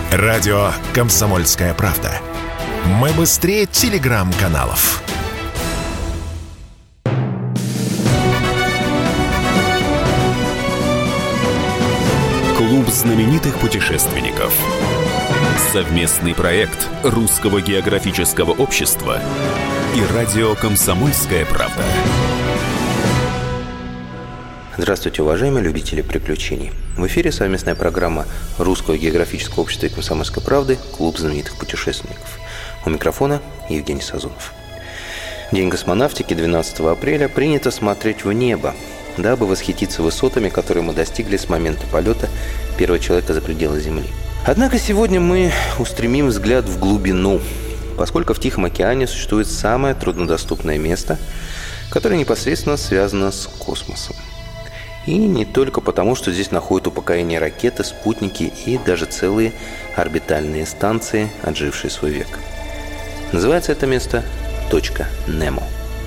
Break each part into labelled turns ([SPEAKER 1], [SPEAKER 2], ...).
[SPEAKER 1] Радио «Комсомольская правда». Мы быстрее телеграм-каналов.
[SPEAKER 2] Клуб знаменитых путешественников. Совместный проект Русского географического общества и радио «Комсомольская правда».
[SPEAKER 3] Здравствуйте, уважаемые любители приключений. В эфире совместная программа Русского географического общества и «Комсомольской правды» «Клуб знаменитых путешественников». У микрофона Евгений Сазонов. День космонавтики 12 апреля принято смотреть в небо, дабы восхититься высотами, которые мы достигли с момента полета первого человека за пределы Земли. Однако сегодня мы устремим взгляд в глубину, поскольку в Тихом океане существует самое труднодоступное место, которое непосредственно связано с космосом. И не только потому, что здесь находят упокоение ракеты, спутники и даже целые орбитальные станции, отжившие свой век. Называется это место «Точка Немо».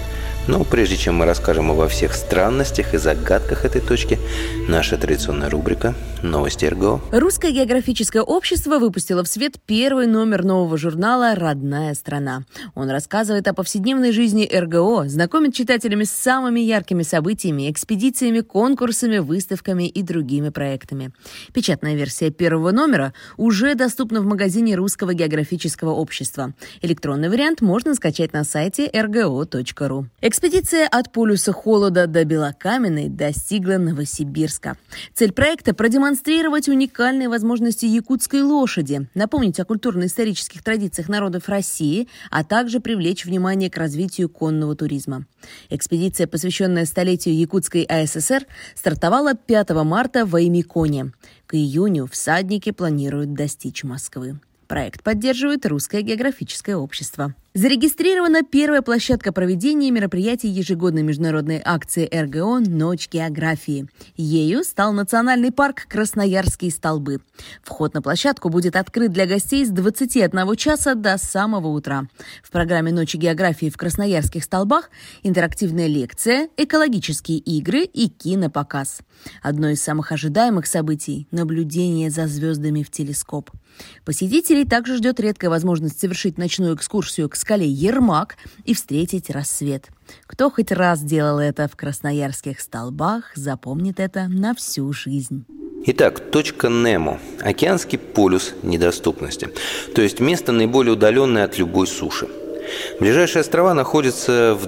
[SPEAKER 3] Но прежде чем мы расскажем обо всех странностях и загадках этой точки, наша традиционная рубрика «Новости РГО».
[SPEAKER 4] Русское географическое общество выпустило в свет первый номер нового журнала «Родная страна». Он рассказывает о повседневной жизни РГО, знакомит читателями с самыми яркими событиями, экспедициями, конкурсами, выставками и другими проектами. Печатная версия первого номера уже доступна в магазине Русского географического общества. Электронный вариант можно скачать на сайте rgo.ru. Экспедиция от полюса холода до Белокаменной достигла Новосибирска. Цель проекта – продемонстрировать уникальные возможности якутской лошади, напомнить о культурно-исторических традициях народов России, а также привлечь внимание к развитию конного туризма. Экспедиция, посвященная столетию Якутской АССР, стартовала 5 марта в Аймиконе. К июню всадники планируют достичь Москвы. Проект поддерживает Русское географическое общество. Зарегистрирована первая площадка проведения мероприятий ежегодной международной акции РГО «Ночь географии». Ею стал национальный парк Красноярские столбы. Вход на площадку будет открыт для гостей с 21 часа до самого утра. В программе «Ночи географии» в Красноярских столбах интерактивная лекция, экологические игры и кинопоказ. Одно из самых ожидаемых событий – наблюдение за звездами в телескоп. Посетителей также ждет редкая возможность совершить ночную экскурсию к скале Ермак и встретить рассвет. Кто хоть раз делал это в Красноярских столбах, запомнит это на всю жизнь.
[SPEAKER 3] Итак, точка Немо – океанский полюс недоступности, то есть место наиболее удаленное от любой суши. Ближайшие острова находятся в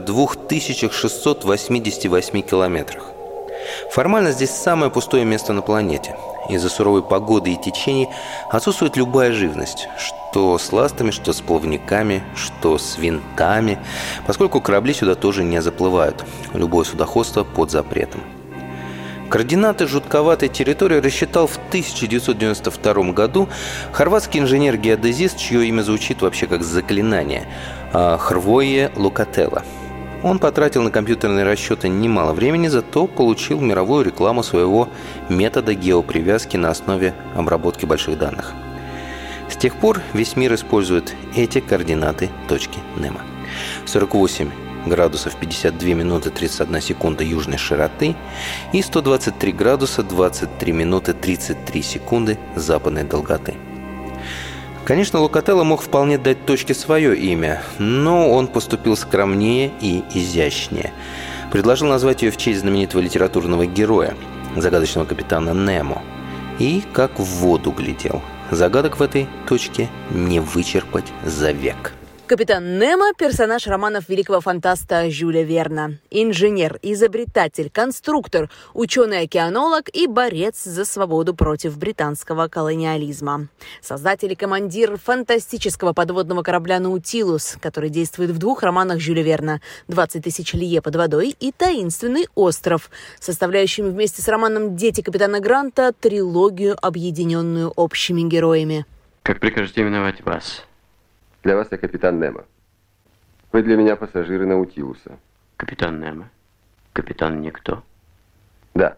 [SPEAKER 3] 2688 километрах. Формально здесь самое пустое место на планете. Из-за суровой погоды и течений отсутствует любая живность, что с ластами, что с плавниками, что с винтами, поскольку корабли сюда тоже не заплывают. Любое судоходство под запретом. Координаты жутковатой территории рассчитал в 1992 году хорватский инженер-геодезист, чье имя звучит вообще как заклинание – Hrvoje Lukatela. Он потратил на компьютерные расчеты немало времени, зато получил мировую рекламу своего метода геопривязки на основе обработки больших данных. С тех пор весь мир использует эти координаты точки Немо. 48 градусов 52 минуты 31 секунда южной широты и 123 градуса 23 минуты 33 секунды западной долготы. Конечно, Лукателло мог вполне дать точке свое имя, но он поступил скромнее и изящнее. Предложил назвать ее в честь знаменитого литературного героя, загадочного капитана Немо. И как в воду глядел. Загадок в этой точке не вычерпать за век.
[SPEAKER 4] Капитан Немо – персонаж романов великого фантаста Жюля Верна. Инженер, изобретатель, конструктор, ученый-океанолог и борец за свободу против британского колониализма. Создатель и командир фантастического подводного корабля «Наутилус», который действует в 2 романах Жюля Верна «20 тысяч лье под водой» и «Таинственный остров», составляющими вместе с романом «Дети капитана Гранта» трилогию, объединенную общими героями.
[SPEAKER 5] Как прикажете именовать вас?
[SPEAKER 6] Для вас я капитан Немо. Вы для меня пассажиры Наутилуса.
[SPEAKER 5] Капитан Немо? Капитан никто?
[SPEAKER 6] Да.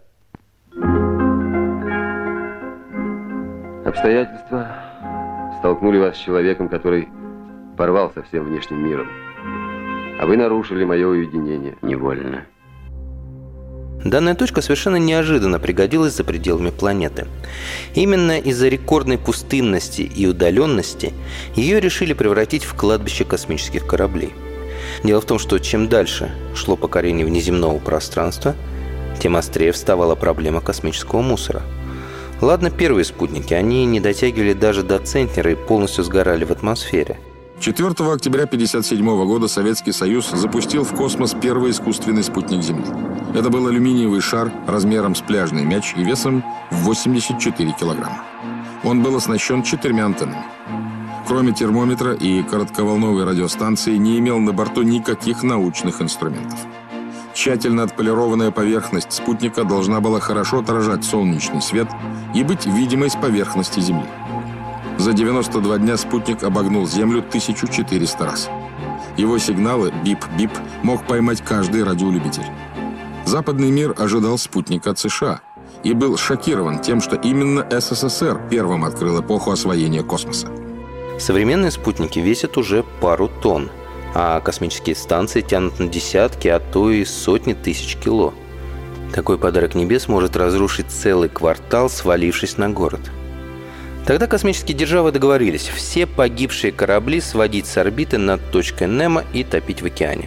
[SPEAKER 6] Обстоятельства столкнули вас с человеком, который порвал со всем внешним миром. А вы нарушили мое уединение.
[SPEAKER 5] Невольно.
[SPEAKER 3] Данная точка совершенно неожиданно пригодилась за пределами планеты. Именно из-за рекордной пустынности и удаленности ее решили превратить в кладбище космических кораблей. Дело в том, что чем дальше шло покорение внеземного пространства, тем острее вставала проблема космического мусора. Ладно, первые спутники, они не дотягивали даже до центнера и полностью сгорали в атмосфере.
[SPEAKER 7] 4 октября 1957 года Советский Союз запустил в космос первый искусственный спутник Земли. Это был алюминиевый шар размером с пляжный мяч и весом в 84 килограмма. Он был оснащен 4 антеннами. Кроме термометра и коротковолновой радиостанции, не имел на борту никаких научных инструментов. Тщательно отполированная поверхность спутника должна была хорошо отражать солнечный свет и быть видимой с поверхности Земли. За 92 дня спутник обогнул Землю 1400 раз. Его сигналы «бип-бип» мог поймать каждый радиолюбитель. Западный мир ожидал спутника от США и был шокирован тем, что именно СССР первым открыл эпоху освоения космоса.
[SPEAKER 3] Современные спутники весят уже пару тонн, а космические станции тянут на десятки, а то и сотни тысяч кило. Такой подарок небес может разрушить целый квартал, свалившись на город. Тогда космические державы договорились все погибшие корабли сводить с орбиты над точкой Немо и топить в океане.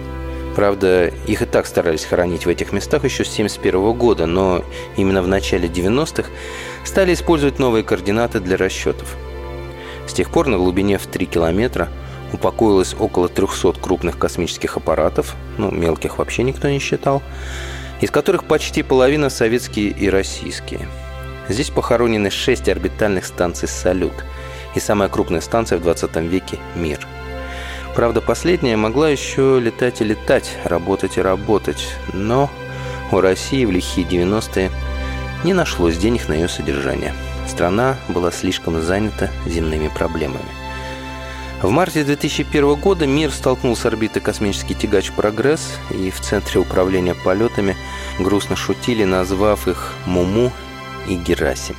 [SPEAKER 3] Правда, их и так старались хоронить в этих местах еще с 1971 года, но именно в начале 90-х стали использовать новые координаты для расчетов. С тех пор на глубине в 3 километра упокоилось около 300 крупных космических аппаратов, мелких вообще никто не считал, из которых почти половина советские и российские. Здесь похоронены 6 орбитальных станций «Салют» и самая крупная станция в 20 веке «Мир». Правда, последняя могла еще летать и летать, работать и работать, но у России в лихие 90-е не нашлось денег на ее содержание. Страна была слишком занята земными проблемами. В марте 2001 года «Мир» столкнул с орбиты космический тягач «Прогресс», и в Центре управления полетами грустно шутили, назвав их «Муму» и «Герасим».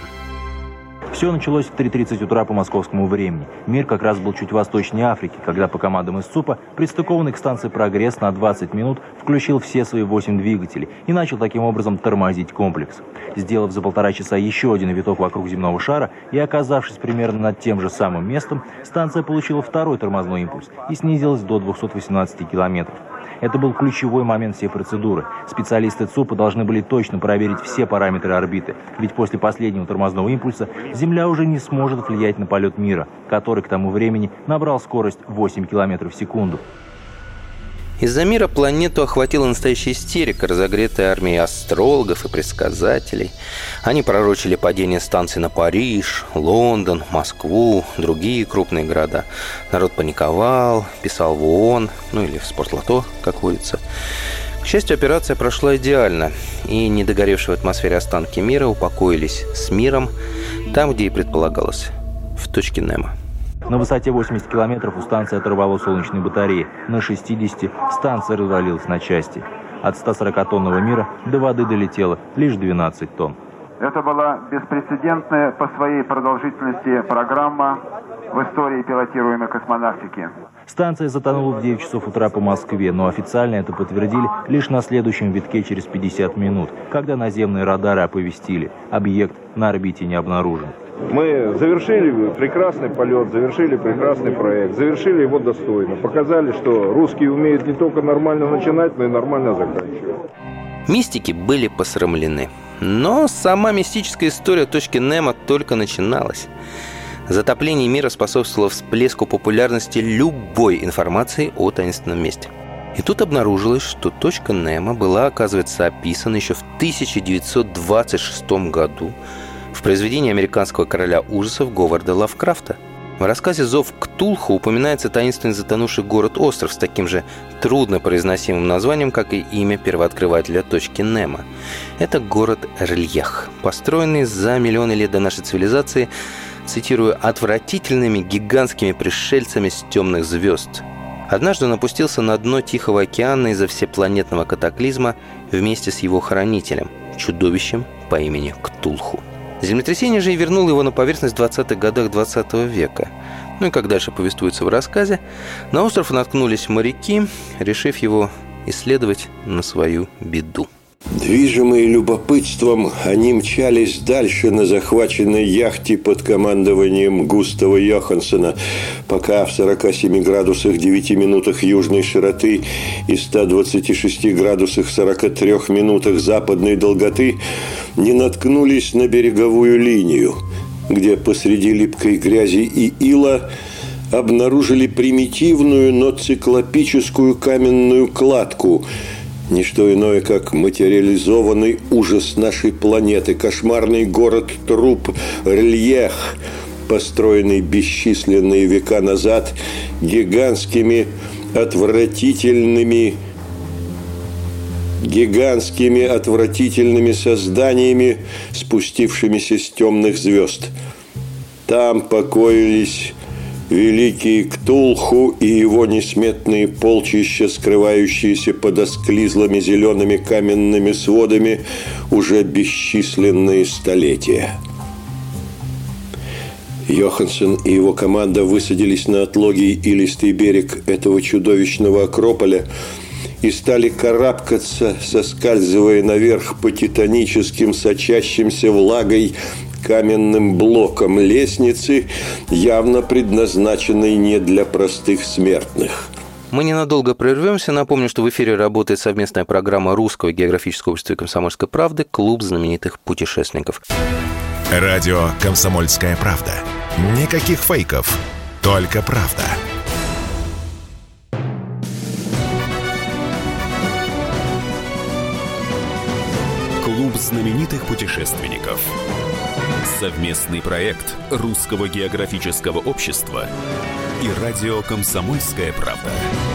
[SPEAKER 8] Все началось в 3:30 утра по московскому времени. «Мир» как раз был чуть восточнее Африки, когда по командам из ЦУПа, пристыкованный к станции «Прогресс» на 20 минут включил все свои 8 двигателей и начал таким образом тормозить комплекс. Сделав за 1,5 часа еще один виток вокруг земного шара и оказавшись примерно над тем же самым местом, станция получила второй тормозной импульс и снизилась до 218 километров. Это был ключевой момент всей процедуры. Специалисты ЦУПа должны были точно проверить все параметры орбиты, ведь после последнего тормозного импульса Земля уже не сможет влиять на полет «Мира», который к тому времени набрал скорость 8 км в секунду.
[SPEAKER 3] Из-за «Мира» планету охватила настоящая истерика, разогретая армией астрологов и предсказателей. Они пророчили падение станций на Париж, Лондон, Москву, другие крупные города. Народ паниковал, писал в ООН, или в Спортлото, как водится. К счастью, операция прошла идеально, и недогоревшие в атмосфере останки «Мира» упокоились с миром там, где и предполагалось, в точке Немо.
[SPEAKER 8] На высоте 80 километров у станции оторвало солнечные батареи. На 60 станция развалилась на части. От 140-тонного «Мира» до воды долетело лишь 12 тонн.
[SPEAKER 9] Это была беспрецедентная по своей продолжительности программа в истории пилотируемой космонавтики.
[SPEAKER 8] Станция затонула в 9 часов утра по Москве, но официально это подтвердили лишь на следующем витке через 50 минут, когда наземные радары оповестили: объект на орбите не обнаружен.
[SPEAKER 10] Мы завершили прекрасный полет, завершили прекрасный проект, завершили его достойно. Показали, что русские умеют не только нормально начинать, но и нормально заканчивать.
[SPEAKER 3] Мистики были посрамлены. Но сама мистическая история точки Немо только начиналась. Затопление «Мира» способствовало всплеску популярности любой информации о таинственном месте. И тут обнаружилось, что точка Немо была, оказывается, описана еще в 1926 году в произведении американского короля ужасов Говарда Лавкрафта. В рассказе «Зов Ктулху» упоминается таинственный затонувший город-остров с таким же труднопроизносимым названием, как и имя первооткрывателя точки Немо. Это город Рельях, построенный за миллионы лет до нашей цивилизации, цитирую, «отвратительными гигантскими пришельцами с темных звезд». Однажды он опустился на дно Тихого океана из-за всепланетного катаклизма вместе с его хранителем, чудовищем по имени Ктулху. Землетрясение же и вернуло его на поверхность в 20-х годах 20 века. И как дальше повествуется в рассказе, на остров наткнулись моряки, решив его исследовать на свою беду.
[SPEAKER 11] Движимые любопытством, они мчались дальше на захваченной яхте под командованием Густава Йоханссона, пока в 47 градусах 9 минутах южной широты и 126 градусах 43 минутах западной долготы не наткнулись на береговую линию, где посреди липкой грязи и ила обнаружили примитивную, но циклопическую каменную кладку – не что иное, как материализованный ужас нашей планеты, кошмарный город труп Рельех, построенный бесчисленные века назад гигантскими отвратительными созданиями, спустившимися с темных звезд. Там покоились великий Ктулху и его несметные полчища, скрывающиеся под осклизлыми зелеными каменными сводами уже бесчисленные столетия. Йоханссон и его команда высадились на отлогий илистый берег этого чудовищного акрополя и стали карабкаться, соскальзывая наверх по титаническим, сочащимся влагой каменным блоком лестницы, явно предназначенной не для простых смертных.
[SPEAKER 3] Мы ненадолго прервемся. Напомню, что в эфире работает совместная программа Русского географического общества и «Комсомольской правды» «Клуб знаменитых путешественников».
[SPEAKER 1] Радио «Комсомольская правда». Никаких фейков, только правда.
[SPEAKER 2] Клуб знаменитых путешественников. Совместный проект Русского географического общества и радио «Комсомольская правда».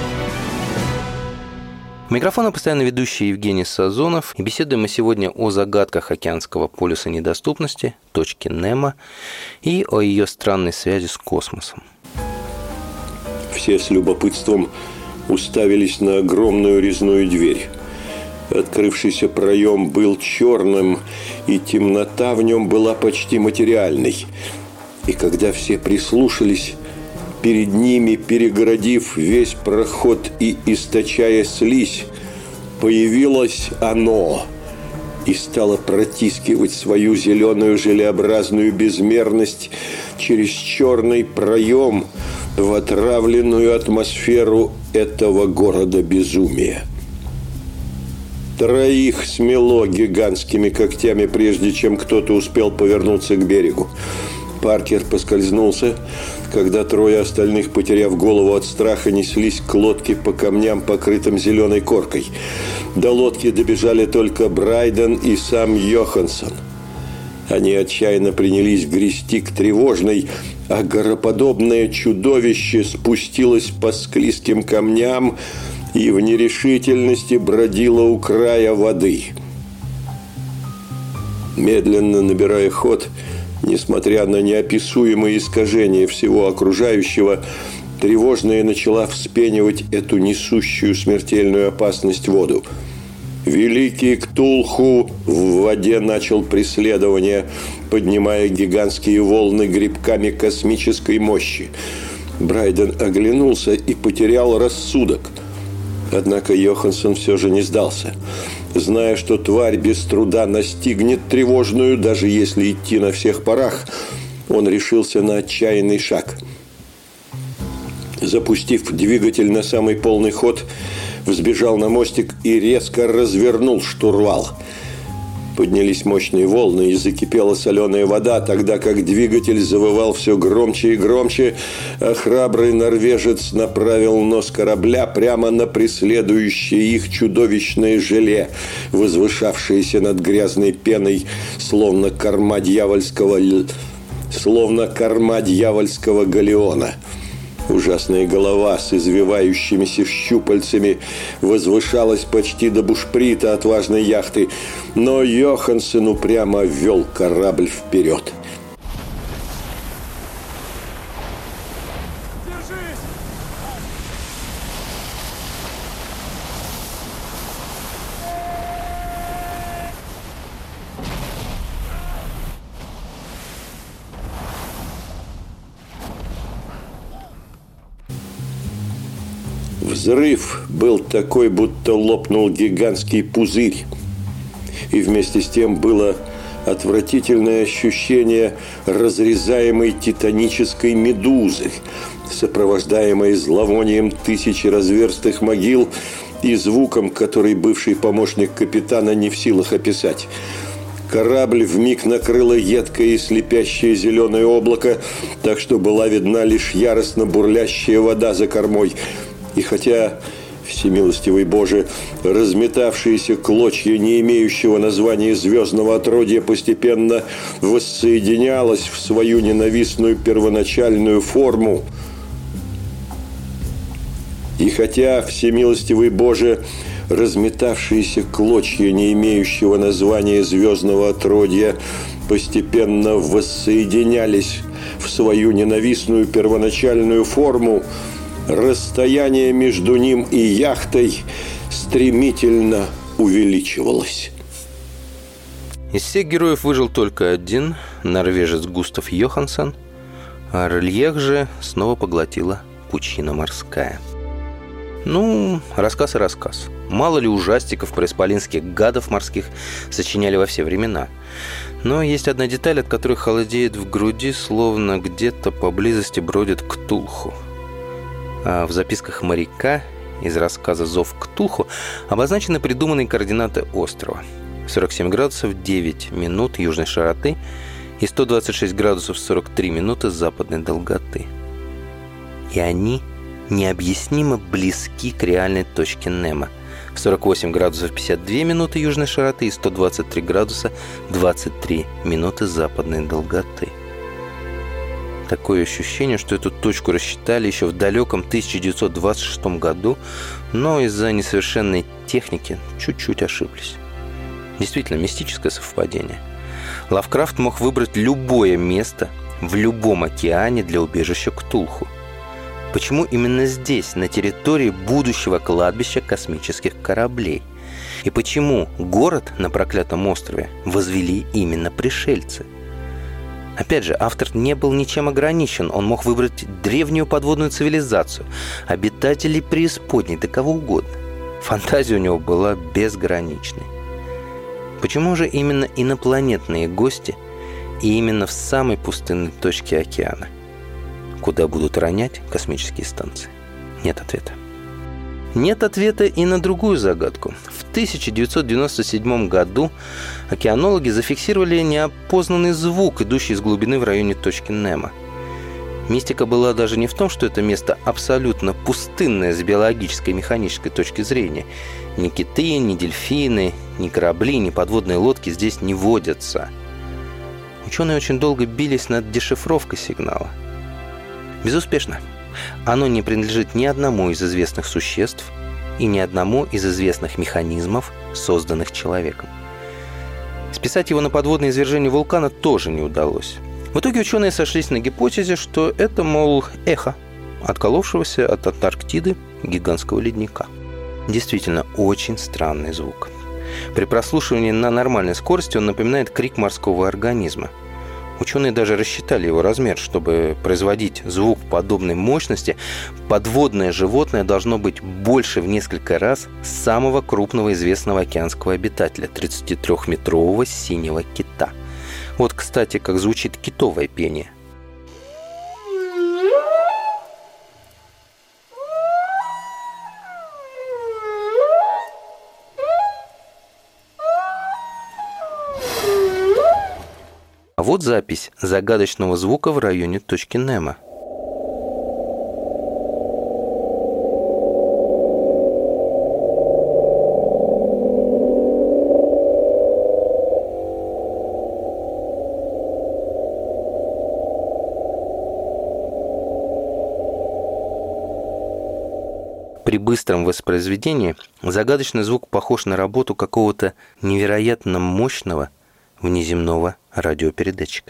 [SPEAKER 3] У микрофона постоянно ведущий Евгений Сазонов. И беседуем мы сегодня о загадках океанского полюса недоступности, точки Немо, и о ее странной связи с космосом.
[SPEAKER 11] Все с любопытством уставились на огромную резную дверь. Открывшийся проем был черным, и темнота в нем была почти материальной. И когда все прислушались, перед ними, перегородив весь проход и источая слизь, появилось оно и стало протискивать свою зеленую желеобразную безмерность через черный проем в отравленную атмосферу этого города безумия. Троих смело гигантскими когтями, прежде чем кто-то успел повернуться к берегу. Паркер поскользнулся, когда трое остальных, потеряв голову от страха, неслись к лодке по камням, покрытым зеленой коркой. До лодки добежали только Брайден и сам Йоханссон. Они отчаянно принялись грести к тревожной, а гороподобное чудовище спустилось по склизким камням и в нерешительности бродила у края воды. Медленно набирая ход, несмотря на неописуемые искажения всего окружающего, тревожная начала вспенивать эту несущую смертельную опасность воду. Великий Ктулху в воде начал преследование, поднимая гигантские волны грибками космической мощи. Брайден оглянулся и потерял рассудок. Однако Йоханссон все же не сдался. Зная, что тварь без труда настигнет тревожную, даже если идти на всех парах, он решился на отчаянный шаг. Запустив двигатель на самый полный ход, взбежал на мостик и резко развернул штурвал. Поднялись мощные волны и закипела соленая вода, тогда как двигатель завывал все громче и громче, а храбрый норвежец направил нос корабля прямо на преследующее их чудовищное желе, возвышавшееся над грязной пеной, словно корма дьявольского галеона. Ужасная голова с извивающимися щупальцами возвышалась почти до бушприта отважной яхты, но Йоханссон упрямо вел корабль вперед. Взрыв был такой, будто лопнул гигантский пузырь. И вместе с тем было отвратительное ощущение разрезаемой титанической медузы, сопровождаемой зловонием тысячи разверстых могил и звуком, который бывший помощник капитана не в силах описать. Корабль вмиг накрыло едкое и слепящее зеленое облако, так что была видна лишь яростно бурлящая вода за кормой. И хотя, всемилостивый Боже, разметавшиеся клочья не имеющего названия звездного отродья постепенно воссоединялось в свою ненавистную первоначальную форму, и хотя, всемилостивый Боже, разметавшиеся клочья не имеющего названия звездного отродья постепенно воссоединялись в свою ненавистную первоначальную форму, расстояние между ним и яхтой стремительно увеличивалось.
[SPEAKER 3] Из всех героев выжил только один, норвежец Густав Йоханссон, а Рельех же снова поглотила пучина морская. Ну, рассказ и рассказ. Мало ли ужастиков про исполинских гадов морских сочиняли во все времена. Но есть одна деталь, от которой холодеет в груди, словно где-то поблизости бродит Ктулху. А в записках моряка из рассказа «Зов Ктулху» обозначены придуманные координаты острова. 47 градусов 9 минут южной широты и 126 градусов 43 минуты западной долготы. И они необъяснимо близки к реальной точке Немо. 48 градусов 52 минуты южной широты и 123 градуса 23 минуты западной долготы. Такое ощущение, что эту точку рассчитали еще в далеком 1926 году, но из-за несовершенной техники чуть-чуть ошиблись. Действительно, мистическое совпадение. Лавкрафт мог выбрать любое место в любом океане для убежища Ктулху. Почему именно здесь, на территории будущего кладбища космических кораблей? И почему город на проклятом острове возвели именно пришельцы? Опять же, автор не был ничем ограничен. Он мог выбрать древнюю подводную цивилизацию, обитателей преисподней, да кого угодно. Фантазия у него была безграничной. Почему же именно инопланетные гости и именно в самой пустынной точке океана? Куда будут ронять космические станции? Нет ответа. Нет ответа и на другую загадку. В 1997 году океанологи зафиксировали неопознанный звук, идущий из глубины в районе точки Немо. Мистика была даже не в том, что это место абсолютно пустынное с биологической и механической точки зрения. Ни киты, ни дельфины, ни корабли, ни подводные лодки здесь не водятся. Ученые очень долго бились над дешифровкой сигнала. Безуспешно. Оно не принадлежит ни одному из известных существ и ни одному из известных механизмов, созданных человеком. Списать его на подводное извержение вулкана тоже не удалось. В итоге ученые сошлись на гипотезе, что это, мол, эхо отколовшегося от Антарктиды гигантского ледника. Действительно, очень странный звук. При прослушивании на нормальной скорости он напоминает крик морского организма. Ученые даже рассчитали его размер. Чтобы производить звук подобной мощности, подводное животное должно быть больше в несколько раз самого крупного известного океанского обитателя – 33-метрового синего кита. Вот, кстати, как звучит китовое пение. А вот запись загадочного звука в районе точки Немо. При быстром воспроизведении загадочный звук похож на работу какого-то невероятно мощного внеземного радиопередатчика.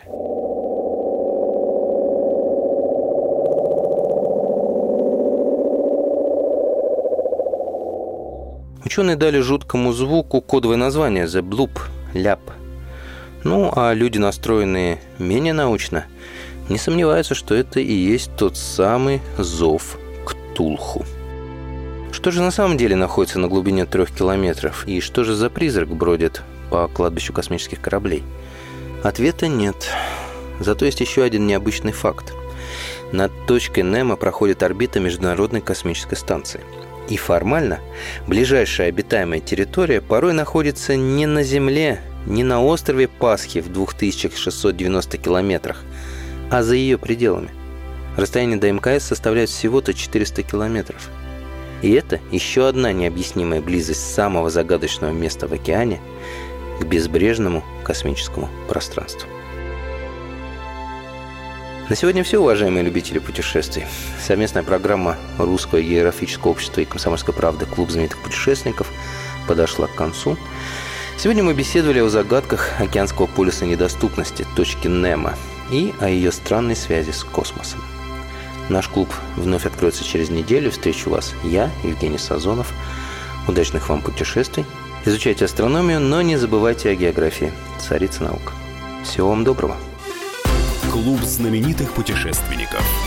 [SPEAKER 3] Ученые дали жуткому звуку кодовое название «The Bloop» – «ляп». Ну, а люди, настроенные менее научно, не сомневаются, что это и есть тот самый зов Ктулху. Что же на самом деле находится на глубине 3 километров? И что же за призрак бродит по кладбищу космических кораблей? Ответа нет. Зато есть еще один необычный факт. Над точкой Немо проходит орбита Международной космической станции. И формально ближайшая обитаемая территория порой находится не на Земле, не на острове Пасхи в 2690 километрах, а за ее пределами. Расстояние до МКС составляет всего-то 400 километров. И это еще одна необъяснимая близость самого загадочного места в океане к безбрежному космическому пространству. На сегодня все, уважаемые любители путешествий. Совместная программа Русского географического общества и Комсомольской правды «Клуб знаменитых путешественников» подошла к концу. Сегодня мы беседовали о загадках океанского полюса недоступности, точки Немо, и о ее странной связи с космосом. Наш клуб вновь откроется через неделю. Встречу вас я, Евгений Сазонов. Удачных вам путешествий. Изучайте астрономию, но не забывайте о географии. Царица наук. Всего вам доброго.
[SPEAKER 2] Клуб знаменитых путешественников.